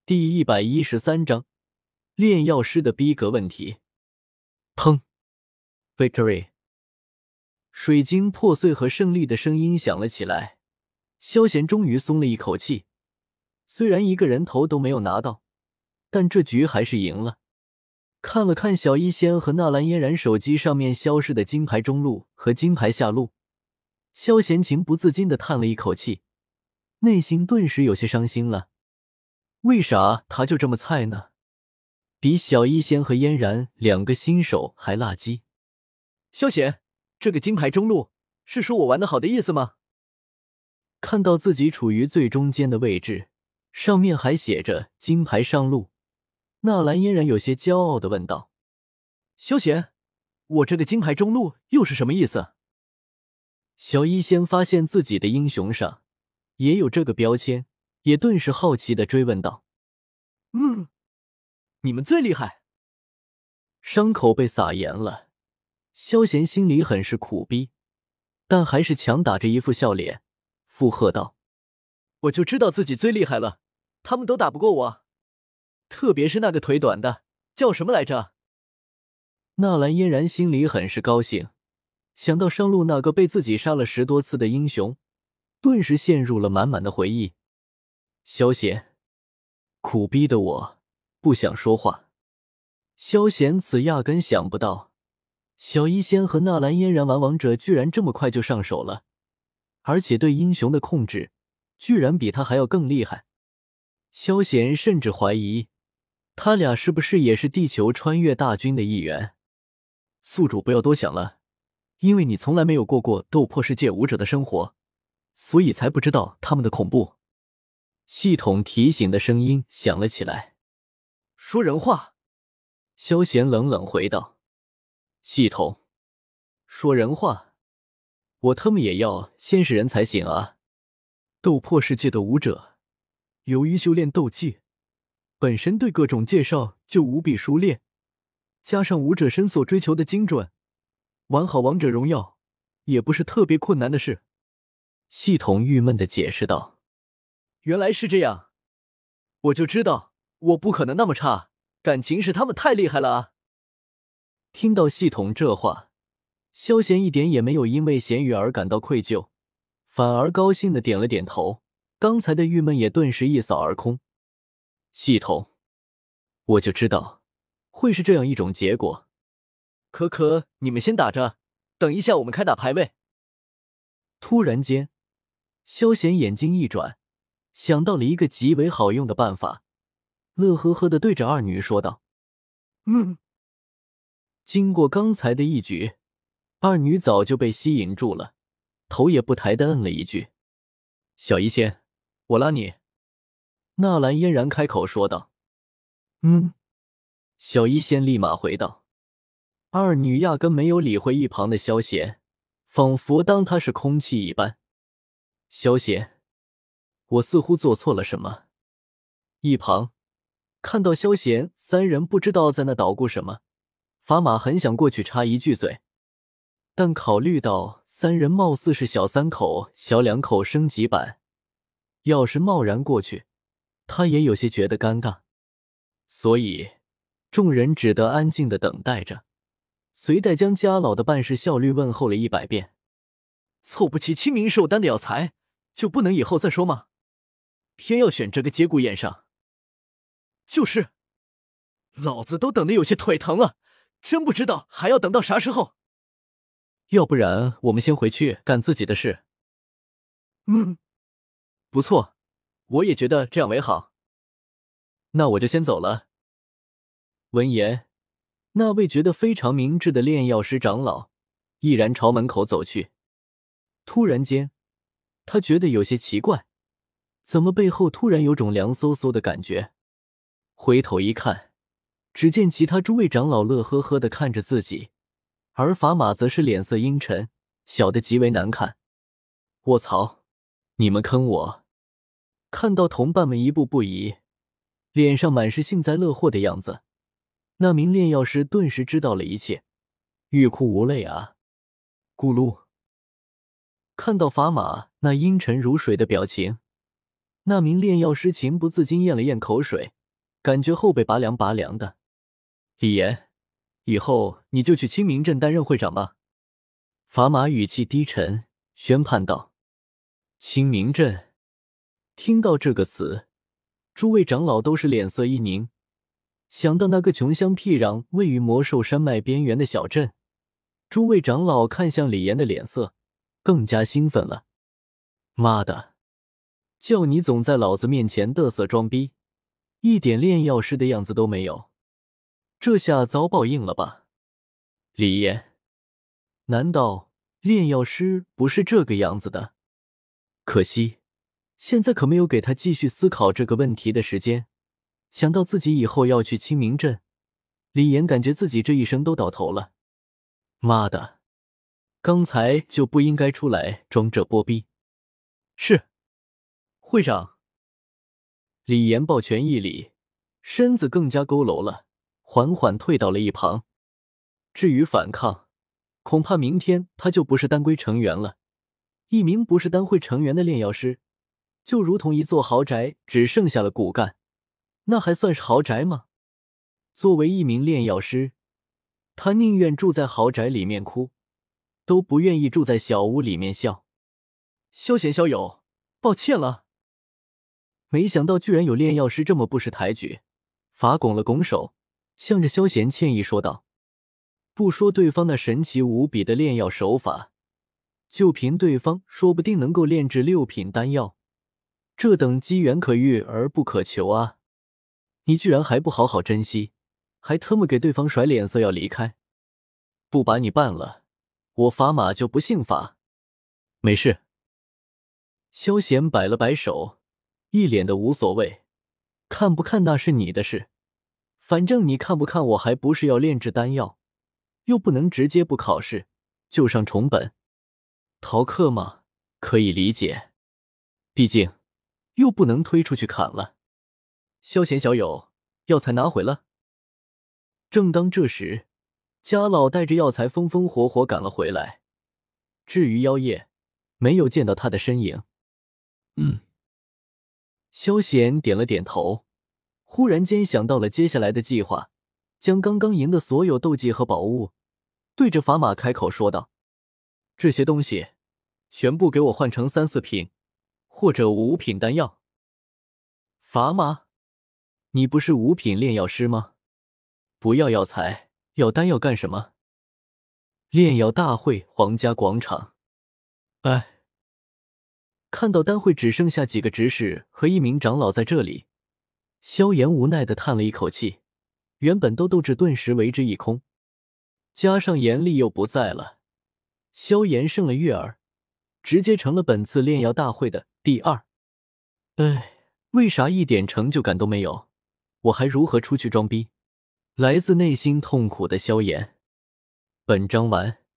第113章炼药师的逼格问题。砰 ！Victory！ 水晶破碎和胜利的声音响了起来。萧贤终于松了一口气，虽然一个人头都没有拿到，但这局还是赢了。看了看小医仙和纳兰嫣然手机上面消失的金牌中路和金牌下路，萧贤情不自禁地叹了一口气，内心顿时有些伤心了。为啥他就这么菜呢？比小医仙和嫣然两个新手还垃圾。萧贤，这个金牌中路是说我玩得好的意思吗？看到自己处于最中间的位置，上面还写着金牌上路，纳兰嫣然有些骄傲地问道：萧贤，我这个金牌中路又是什么意思？小医仙发现自己的英雄上也有这个标签，也顿时好奇地追问道：你们最厉害。伤口被撒盐了，萧贤心里很是苦逼，但还是强打着一副笑脸附和道：我就知道自己最厉害了，他们都打不过我，特别是那个腿短的叫什么来着？纳兰嫣然心里很是高兴，想到上路那个被自己杀了10多次的英雄，顿时陷入了满满的回忆。萧贤，苦逼的我不想说话。萧贤此压根想不到，小医仙和纳兰嫣然玩王者居然这么快就上手了，而且对英雄的控制居然比他还要更厉害。萧贤甚至怀疑他俩是不是也是地球穿越大军的一员。宿主不要多想了，因为你从来没有过斗破世界武者的生活，所以才不知道他们的恐怖。系统提醒的声音响了起来。说人话。萧贤冷冷回道：系统说人话，我他妈也要先是人才行啊。斗破世界的武者由于修炼斗技本身对各种介绍就无比熟练，加上武者身所追求的精准，玩好王者荣耀也不是特别困难的事。系统郁闷地解释道：原来是这样，我就知道我不可能那么差，感情是他们太厉害了啊。听到系统这话，萧贤一点也没有因为咸鱼而感到愧疚，反而高兴地点了点头，刚才的郁闷也顿时一扫而空。系统，我就知道会是这样一种结果。可你们先打着，等一下我们开打排位。突然间，萧贤眼睛一转，想到了一个极为好用的办法，乐呵呵地对着二女说道：经过刚才的一局，二女早就被吸引住了，头也不抬地摁了一句：小医仙，我拉你。纳兰嫣然开口说道：小医仙立马回道。二女压根没有理会一旁的萧贤，仿佛当他是空气一般。萧贤，我似乎做错了什么。一旁看到萧贤三人不知道在那捣鼓什么，法玛很想过去插一句嘴，但考虑到三人貌似是小3口小2口升级版，要是贸然过去，他也有些觉得尴尬，所以众人只得安静地等待着，随带将家老的办事效率问候了100遍。凑不齐清明寿丹的药材，就不能以后再说吗？偏要选这个节骨眼上。就是，老子都等得有些腿疼了，真不知道还要等到啥时候。要不然我们先回去干自己的事。不错，我也觉得这样为好。那我就先走了。闻言，那位觉得非常明智的炼药师长老毅然朝门口走去。突然间，他觉得有些奇怪，怎么背后突然有种凉飕飕的感觉？回头一看，只见其他诸位长老乐呵呵地看着自己，而法玛则是脸色阴沉，小得极为难看。卧槽，你们坑我！看到同伴们一步步移，脸上满是幸灾乐祸的样子，那名炼药师顿时知道了一切，欲哭无泪啊！咕噜。看到法玛那阴沉如水的表情，那名炼药师情不自禁咽了咽口水， 感觉后背拔凉拔凉的。李岩，以后你就去清明镇担任会长吧。法码语气低沉，宣判道。清明镇，听到这个词，诸位长老都是脸色一凝，想到那个穷乡僻壤、位于魔兽山脉边缘的小镇，诸位长老看向李岩的脸色更加兴奋了。妈的，叫你总在老子面前嘚瑟装逼，一点炼药师的样子都没有，这下遭报应了吧？李岩，难道炼药师不是这个样子的？可惜，现在可没有给他继续思考这个问题的时间。想到自己以后要去清明镇，李岩感觉自己这一生都到头了。妈的，刚才就不应该出来装这波逼。是，会长。李岩抱拳一礼，身子更加佝偻了，缓缓退到了一旁。至于反抗，恐怕明天他就不是丹龟成员了。一名不是丹会成员的炼药师，就如同一座豪宅只剩下了骨干，那还算是豪宅吗？作为一名炼药师，他宁愿住在豪宅里面哭，都不愿意住在小屋里面笑。萧贤萧友，抱歉了。没想到居然有炼药师这么不识抬举，法拱了拱手，向着萧贤歉意说道。不说对方那神奇无比的炼药手法，就凭对方说不定能够炼制6品丹药，这等机缘可遇而不可求啊！你居然还不好好珍惜，还特么给对方甩脸色要离开，不把你办了，我法码就不姓法。没事。萧贤摆了摆手，一脸的无所谓，看不看那是你的事，反正你看不看我还不是要炼制丹药，又不能直接不考试就上重本。逃课嘛，可以理解，毕竟又不能推出去砍了。萧贤小友，药材拿回了。正当这时，家老带着药材风风火火赶了回来，至于妖夜，没有见到他的身影。萧贤点了点头，忽然间想到了接下来的计划，将刚刚赢的所有斗技和宝物对着法码开口说道：这些东西全部给我换成3、4品或者5品丹药。法码，你不是5品炼药师吗？不要药材，要丹药干什么？炼药大会皇家广场。哎，看到丹会只剩下几个执事和1名长老在这里，萧炎无奈地叹了一口气，原本都斗志顿时为之一空，加上严厉又不在了，萧炎胜了月儿，直接成了本次炼药大会的第2。为啥一点成就感都没有？我还如何出去装逼？来自内心痛苦的萧炎。本章完。